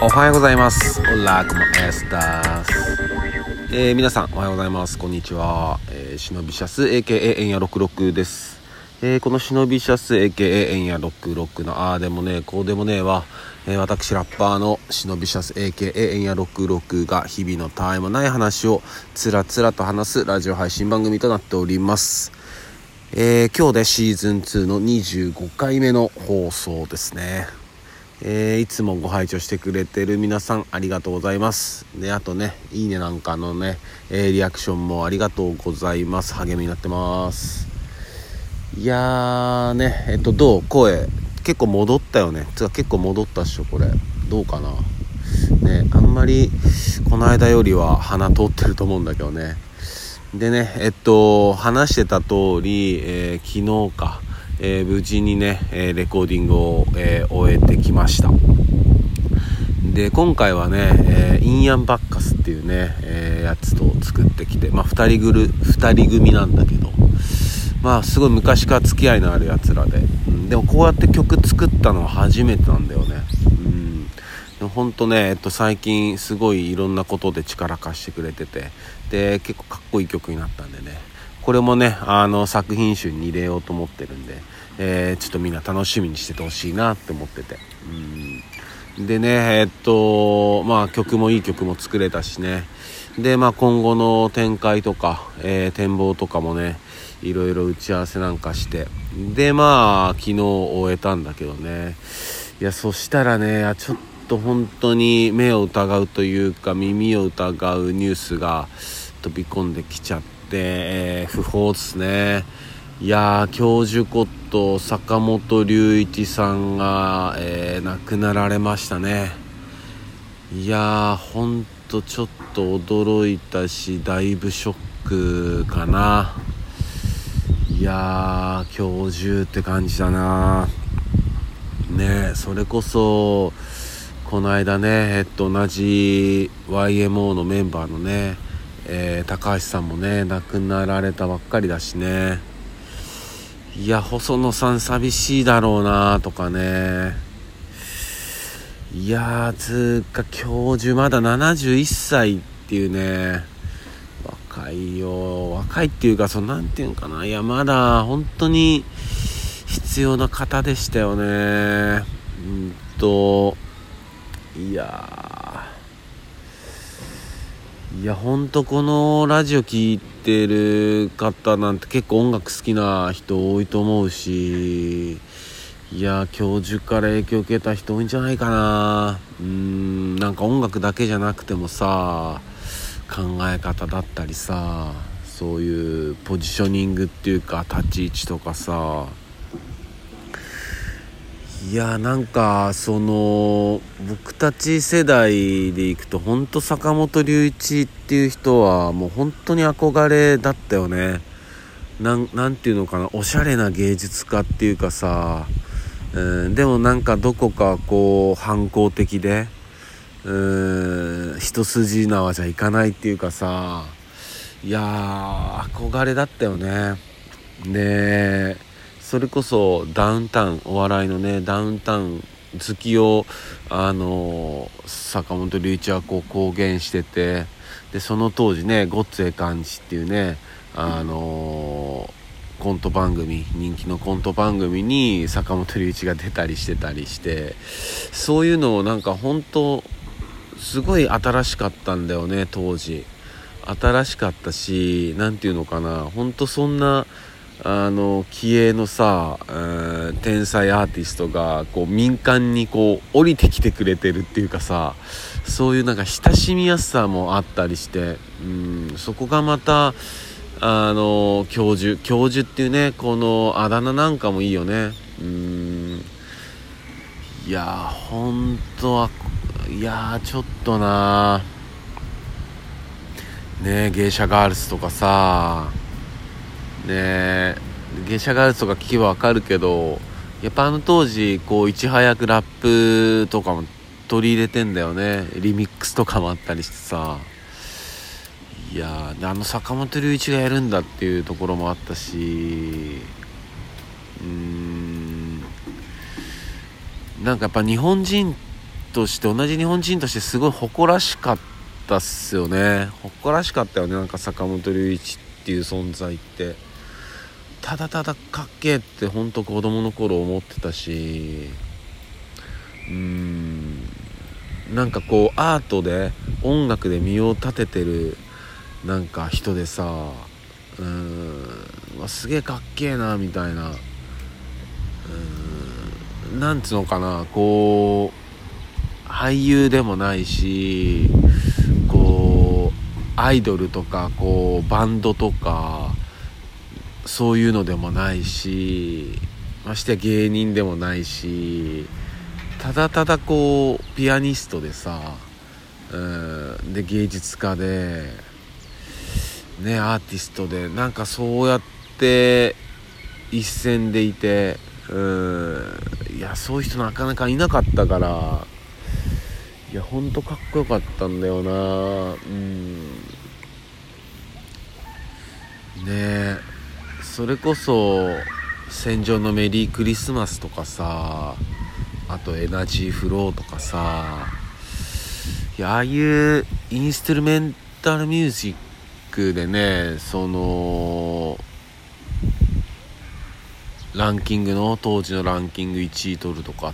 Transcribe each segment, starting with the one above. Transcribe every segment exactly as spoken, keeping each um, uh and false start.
おはようございます。オラコモエスタス、えー、皆さんおはようございます。こんにちは、えー、シノビシャス エーケーエー エンヤろくろくです。えー、このシノビシャス エーケーエー エンヤろくろくのあーでもねえこうでもねえは、えー、私ラッパーのシノビシャス エーケーエー エンヤろくろくが日々のたわいもない話をつらつらと話すラジオ配信番組となっております。えー、今日でシーズンツーのにじゅうごかいめの放送ですね。えー、いつもご拝聴してくれてる皆さんありがとうございます。で、あとね、いいねなんかのね、えー、リアクションもありがとうございます。励みになってます。いやーね、えっとどう声結構戻ったよね。つか結構戻ったっしょこれ。どうかな。ね、あんまりこの間よりは鼻通ってると思うんだけどね。でね、えっと話してた通り、えー、昨日か。えー、無事にね、えー、レコーディングを、えー、終えてきました。で今回はね、えー、インヤンバッカスっていうね、えー、やつと作ってきて、まあふたりぐるふたり組なんだけど、まあすごい昔から付き合いのあるやつらで、うん、でもこうやって曲作ったのは初めてなんだよね。うんでもほんとね、えっと、最近すごいいろんなことで力貸してくれてて、で結構かっこいい曲になったんでね、これもねあの作品集に入れようと思ってるんで、えー、ちょっとみんな楽しみにしててほしいなって思ってて、うんでねえっとまあ曲もいい曲も作れたしね。でまあ今後の展開とか、えー、展望とかもねいろいろ打ち合わせなんかして、でまあ昨日終えたんだけどね。いやそしたらねちょっと本当に目を疑うというか耳を疑うニュースが飛び込んできちゃって、えー、不法ですね。いやー教授こと坂本龍一さんが、えー、亡くなられましたね。いやーほんとちょっと驚いたしだいぶショックかな。いやー教授って感じだなね。それこそこの間ねえっと同じ ワイエムオー のメンバーのねえー、高橋さんもね亡くなられたばっかりだしね。いや細野さん寂しいだろうなとかね。いやーつーか教授まだななじゅういっさいっていうね、若いよ。若いっていうかそのなんていうのかな、いやまだ本当に必要な方でしたよね。うんといやいやほんとこのラジオ聞いてる方なんて結構音楽好きな人多いと思うし、いや教授から影響を受けた人多いんじゃないかな。うーんなんか音楽だけじゃなくてもさ、考え方だったりさ、そういうポジショニングっていうか立ち位置とかさ、いやなんかその僕たち世代でいくと本当坂本龍一っていう人はもう本当に憧れだったよね。なん、なんていうのかな、おしゃれな芸術家っていうかさ、うん、でもなんかどこかこう反抗的で、うん、一筋縄じゃいかないっていうかさ、いやー憧れだったよね。でそれこそダウンタウンお笑いのねダウンタウン好きをあの坂本龍一はこう公言してて、でその当時ねごっつええ感じっていうねあのコント番組、人気のコント番組に坂本龍一が出たりしてたりして、そういうのをなんか本当すごい新しかったんだよね。当時新しかったし、なんていうのかな、本当そんなあの気鋭のさ、えー、天才アーティストがこう民間にこう降りてきてくれてるっていうかさ、そういうなんか親しみやすさもあったりして、うん、そこがまたあの教授教授っていうねこのあだ名なんかもいいよね。うん、いや本当はいやちょっとなね、芸者ガールズとかさね、芸者ガールズとか聞けばわかるけど、やっぱあの当時こういち早くラップとかも取り入れてんだよね。リミックスとかもあったりしてさ、いやーあの坂本龍一がやるんだっていうところもあったし、うーんなんかやっぱ日本人として同じ日本人としてすごい誇らしかったっすよね。誇らしかったよね。なんか坂本龍一っていう存在ってただただかっけーってほんと子供の頃思ってたし、うーんなんかこうアートで音楽で身を立ててるなんか人でさ、うーんすげえかっけーなみたいな、うーんなんつうのかな、こう俳優でもないし、こうアイドルとかこうバンドとかそういうのでもないし、ましてや芸人でもないし、ただただこうピアニストでさ、うんで芸術家でね、アーティストでなんかそうやって一線でいて、うんいやそういう人なかなかいなかったから、いやほんとかっこよかったんだよな。うんねえ、それこそ戦場のメリークリスマスとかさ、あとエナジーフローとかさ、いやああいうインストゥルメンタルミュージックでね、そのランキングの当時のランキングいちい取るとかって、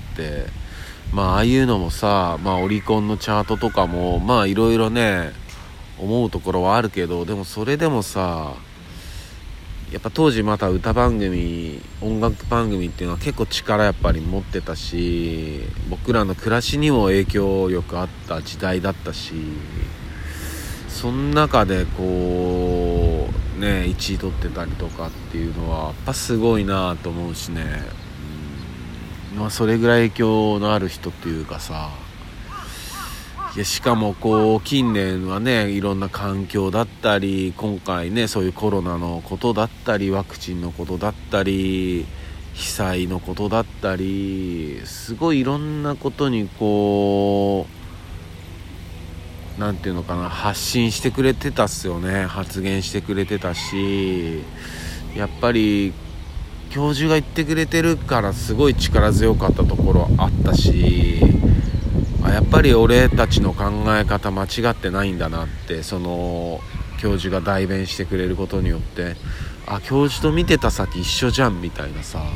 まあああいうのもさ、まあオリコンのチャートとかもまあいろいろね思うところはあるけど、でもそれでもさ、やっぱ当時また歌番組音楽番組っていうのは結構力やっぱり持ってたし、僕らの暮らしにも影響力あった時代だったし、その中でこうねいちい取ってたりとかっていうのはやっぱすごいなと思うしね、うんまあそれぐらい影響のある人っていうかさ、いやしかもこう近年はねいろんな環境だったり、今回ねそういうコロナのことだったり、ワクチンのことだったり、被災のことだったり、すごいいろんなことにこうなんていうのかな、発信してくれてたっすよね。発言してくれてたし、やっぱり教授が言ってくれてるからすごい力強かったところあったし、あやっぱり俺たちの考え方間違ってないんだなって、その教授が代弁してくれることによって、あ教授と見てた先一緒じゃんみたいなさ、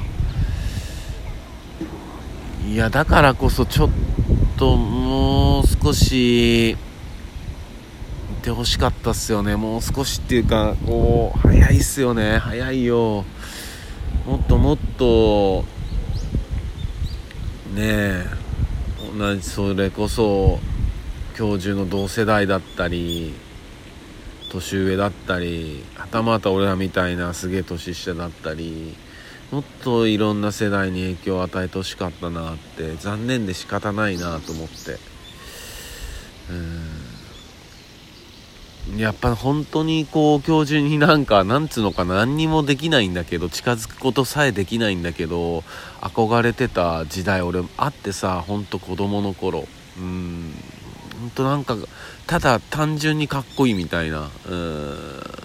いやだからこそちょっともう少しいてほしかったっすよね。もう少しっていうかこう早いっすよね、早いよ。もっともっとねえ、同じそれこそ教授の同世代だったり年上だったり、はたまた俺らみたいなすげえ年下だったり、もっといろんな世代に影響を与えてほしかったなって、残念で仕方ないなと思って、うんやっぱ本当にこう教授になんかなんつうのかな、何にもできないんだけど、近づくことさえできないんだけど憧れてた時代俺あってさ、本当子供の頃、うん本当なんかただ単純にかっこいいみたいな、うん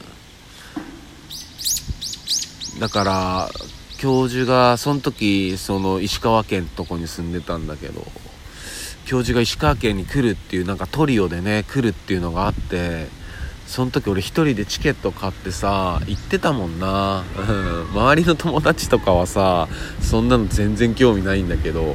だから教授がその時その石川県のとこに住んでたんだけど、教授が石川県に来るっていうなんかトリオでね来るっていうのがあって、その時俺一人でチケット買ってさ行ってたもんな、うん、周りの友達とかはさそんなの全然興味ないんだけど、う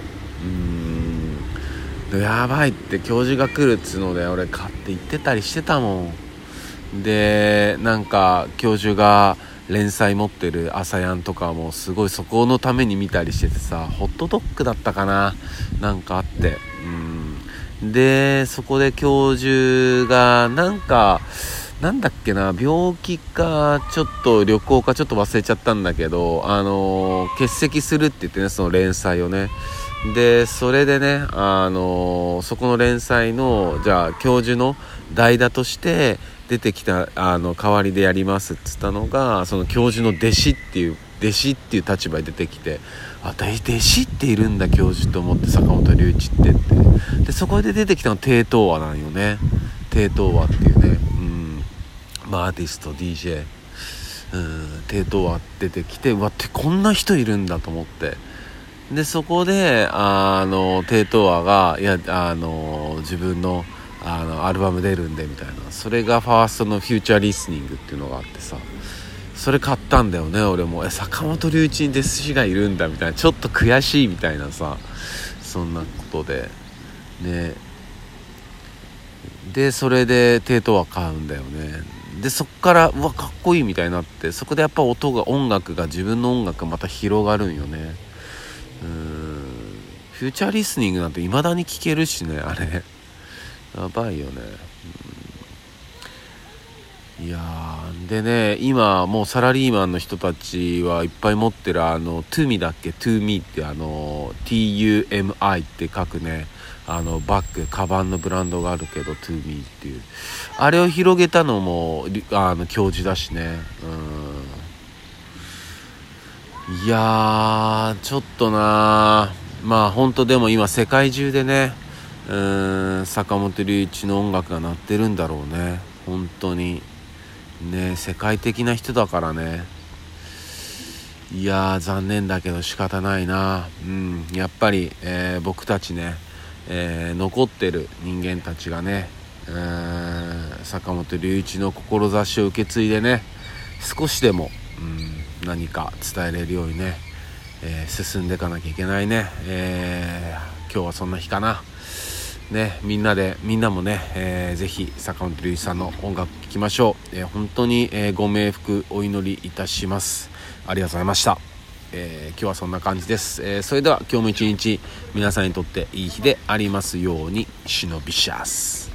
ーんやばいって教授が来るっつうので俺買って行ってたりしてたもん。でなんか教授が連載持ってる朝やんとかもすごいそこのために見たりしててさ、ホットドッグだったかな、なんかあって、うんでそこで教授がなんかなんだっけな、病気かちょっと旅行かちょっと忘れちゃったんだけど、あのー、欠席するって言ってね、その連載をね。でそれでね、あのー、そこの連載のじゃあ教授の代打として出てきたあの代わりでやりますっつったのが、その教授の弟子っていう弟子っていう立場で出てきて、あ弟子っているんだ教授と思って、坂本龍一ってってでそこで出てきたのが低東和なんよね。低東和っていうね、うんまあアーティスト ディージェー、うん低東和出てきて、うわってこんな人いるんだと思って、 でそこであのテイトワがいやあの自分のあのアルバム出るんでみたいな、それがファーストのフューチャーリスニングっていうのがあってさ、それ買ったんだよね俺も。え坂本龍一に弟子がいるんだみたいな、ちょっと悔しいみたいなさ、そんなことでね。でそれでテイトワ買うんだよね。でそっからうわかっこいいみたいになって、そこでやっぱ音が音楽が自分の音楽がまた広がるんよね。うーんフューチャーリスニングなんて未だに聴けるしね、あれやばいよね。いやーでね、今もうサラリーマンの人たちはいっぱい持ってるあの TUMI だっけ TUMI ってあの ティーユーエムアイ って書くね、あのバッグカバンのブランドがあるけど TUMI っていう、あれを広げたのもあの教授だしね。うんいやーちょっとなーまあ本当でも今世界中でね、うーん坂本龍一の音楽が鳴ってるんだろうね、本当にね。世界的な人だからね。いやー残念だけど仕方ないな。うんやっぱり、えー、僕たちね、えー、残ってる人間たちがね、えー、坂本龍一の志を受け継いでね、少しでも、うん、何か伝えれるようにね、えー、進んでいかなきゃいけないね。えー、今日はそんな日かなね。みんなでみんなもね、えー、ぜひ坂本龍一さんの音楽聴きましょう。えー、本当に、えー、ご冥福お祈りいたします。ありがとうございました。えー、今日はそんな感じです。えー、それでは今日も一日皆さんにとっていい日でありますように。シノビシャス。